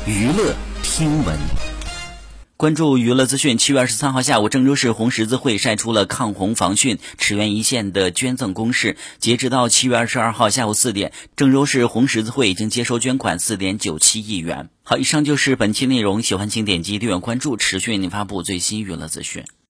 娱乐听闻。 关注娱乐资讯。7月23号下午，郑州市红十字会晒出了抗洪防汛、驰援一线的捐赠公示。截止到7月22号下午4点，郑州市红十字会已经接收捐款4.97亿元。好，以上就是本期内容，喜欢请点击订阅关注，持续为您发布最新娱乐资讯。